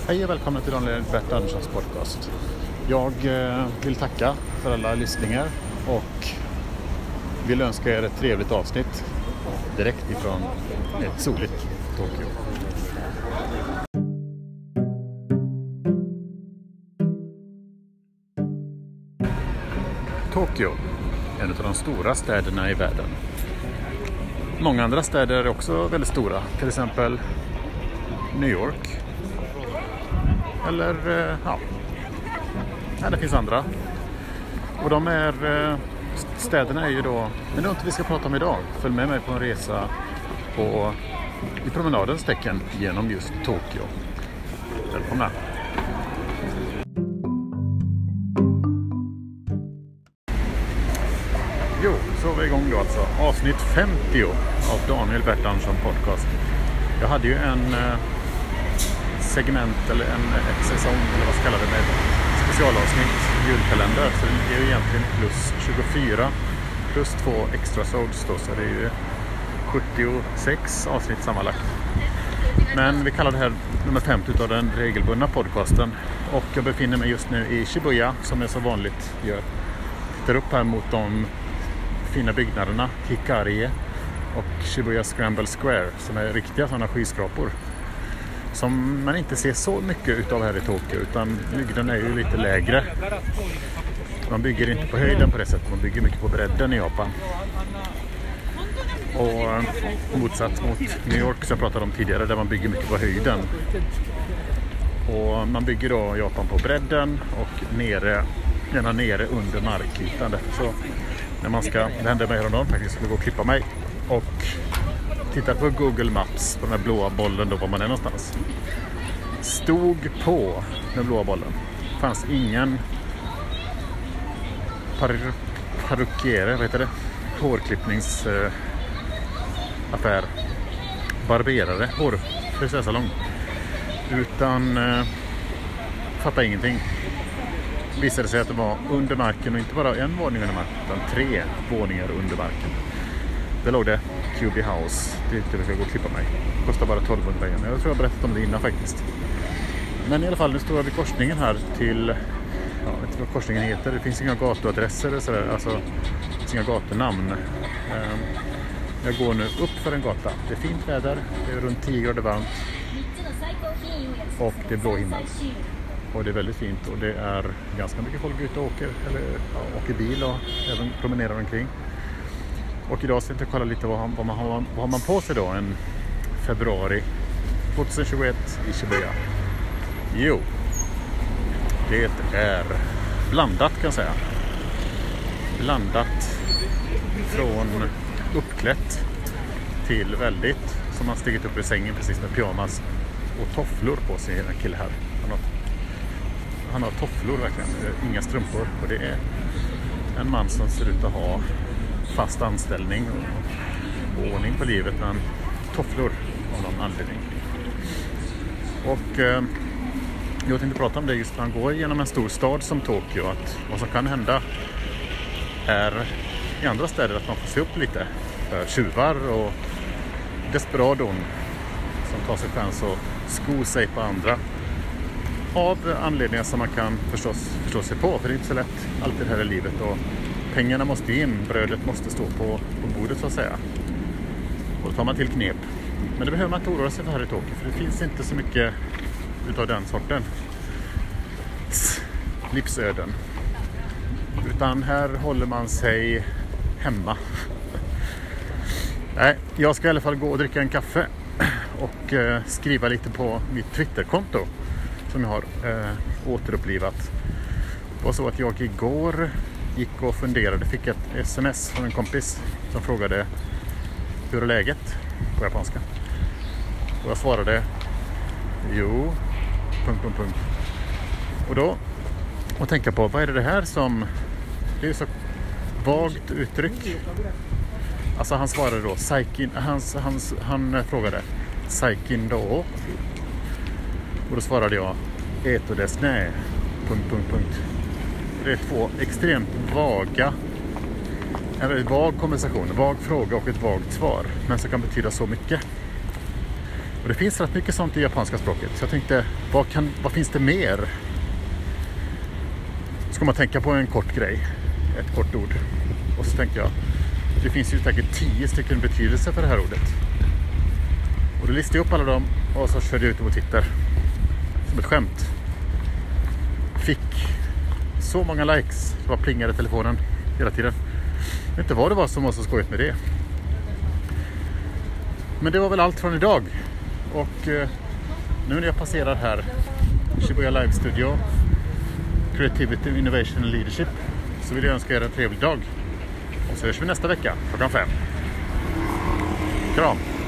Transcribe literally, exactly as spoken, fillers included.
Hej och välkomna till Daniel Bert Anderssons podcast. Jag vill tacka för alla lyssningar och vill önska er ett trevligt avsnitt direkt ifrån ett soligt Tokyo. Tokyo, en av de stora städerna i världen. Många andra städer är också väldigt stora, till exempel New York. Eller, ja, ja det finns andra. Och de är, städerna är ju då, men det är inte vi ska prata om idag. Följ med mig på en resa på, i promenadens tecken genom just Tokyo. Välkomna! Jo, så var vi igång då alltså. Avsnitt femtio av Daniel Bert Andersson podcast. Jag hade ju en eh, segment eller en ett säsong eller vad ska jag kalla det med specialavsnitt julkalender. Så det är ju egentligen plus tjugofyra plus två extra sods då, så det är ju sjuttiosex avsnitt sammanlagt. Men vi kallar det här nummer femtio av den regelbundna podcasten. Och jag befinner mig just nu i Shibuya som är så vanligt. Jag tittar upp här mot de fina byggnaderna Hikarie och Shibuya Scramble Square som är riktiga sådana skyskrapor som man inte ser så mycket utav här i Tokyo, utan byggnaderna är ju lite lägre. Man bygger inte på höjden på det sättet, man bygger mycket på bredden i Japan. Och motsats mot New York som jag pratade om tidigare, där man bygger mycket på höjden. Och man bygger då Japan på bredden och nere, gärna nere under markytan. Så när man ska, det hände mig häromdagen faktiskt, skulle gå och klippa mig och titta på Google Maps på den här blåa bollen då, var man är någonstans. Stod på den blåa bollen. Fanns ingen par, parukiere, vad heter det? Hårklippningsaffär. Eh, barberare, hårfrisörsalong. Utan eh, fattade ingenting. Visade sig att det var under marken och inte bara en våning under marken utan tre våningar under marken. Där låg det Q B House, dit jag ska gå och klippa mig. Kostar bara tolvhundra igen. Jag tror jag berättade om det innan faktiskt. Men i alla fall, nu står jag vid korsningen här till, ja, jag vet inte vad korsningen heter. Det finns inga gatuadresser eller sådär, alltså det finns inga gatunamn. Jag går nu upp för en gata. Det är fint väder, det är runt tio grader varmt och det är blå himmel. Och det är väldigt fint och det är ganska mycket folk ute och åker, eller ja, åker bil och även promenerar omkring. Och idag ska jag kolla lite vad, vad, man har, vad har man på sig då en februari tjugohundratjugoett i Shibuya. Jo, det är blandat kan jag säga. Blandat från uppklätt till väldigt, som har stigit upp i sängen precis med pyjamas och tofflor på sig, en kille här. Han har, han har tofflor verkligen, inga strumpor, och det är en man som ser ut att ha fast anställning och, och ordning på livet, men tofflor av någon anledning. Och eh, jag tänkte prata om det just när han går genom en stor stad som Tokyo, att vad som kan hända är i andra städer att man får se upp lite för tjuvar och desperadon som tar sig chans och sko sig på andra av anledningar som man kan förstås förstå sig på, för det är inte så lätt alltid här i livet och pengarna måste in, brödet måste stå på, på bordet så att säga. Och då tar man till knep. Men det behöver man inte oroa sig för här i Tokyo, för det finns inte så mycket utav den sorten livsöden. Utan här håller man sig hemma. Nej, jag ska i alla fall gå och dricka en kaffe och eh, skriva lite på mitt Twitterkonto som jag har eh, återupplivat. Det var så att jag igår gick och funderade, fick ett sms från en kompis som frågade hur är läget på japanska. Och jag svarade jo, punkt, punkt, punkt. Och då och tänka på, vad är det, det här som, det är så vagt uttryck. Alltså han svarade då saikin, hans, hans, han frågade saikin då. Och då svarade jag eto desu ne, punkt, punkt, punkt. Det är två extremt vaga, en vag konversation, en vag fråga och ett vagt svar, men som kan betyda så mycket. Och det finns rätt mycket sånt i japanska språket. Så jag tänkte, vad, kan, vad finns det mer? Ska man tänka på en kort grej, ett kort ord. Och så tänkte jag, det finns ju säkert tio stycken betydelser för det här ordet. Och då listade jag upp alla dem och så körde jag ut dem på Twitter. Som ett skämt. Fick så många likes. Det var plingade telefonen hela tiden. Jag vet inte vad det var som var så skojigt med det. Men det var väl allt från idag. Och eh, nu när jag passerar här Shibuya Live Studio Creativity, Innovation and Leadership, så vill jag önska er en trevlig dag. Och så hörs vi nästa vecka klockan fem. Kram!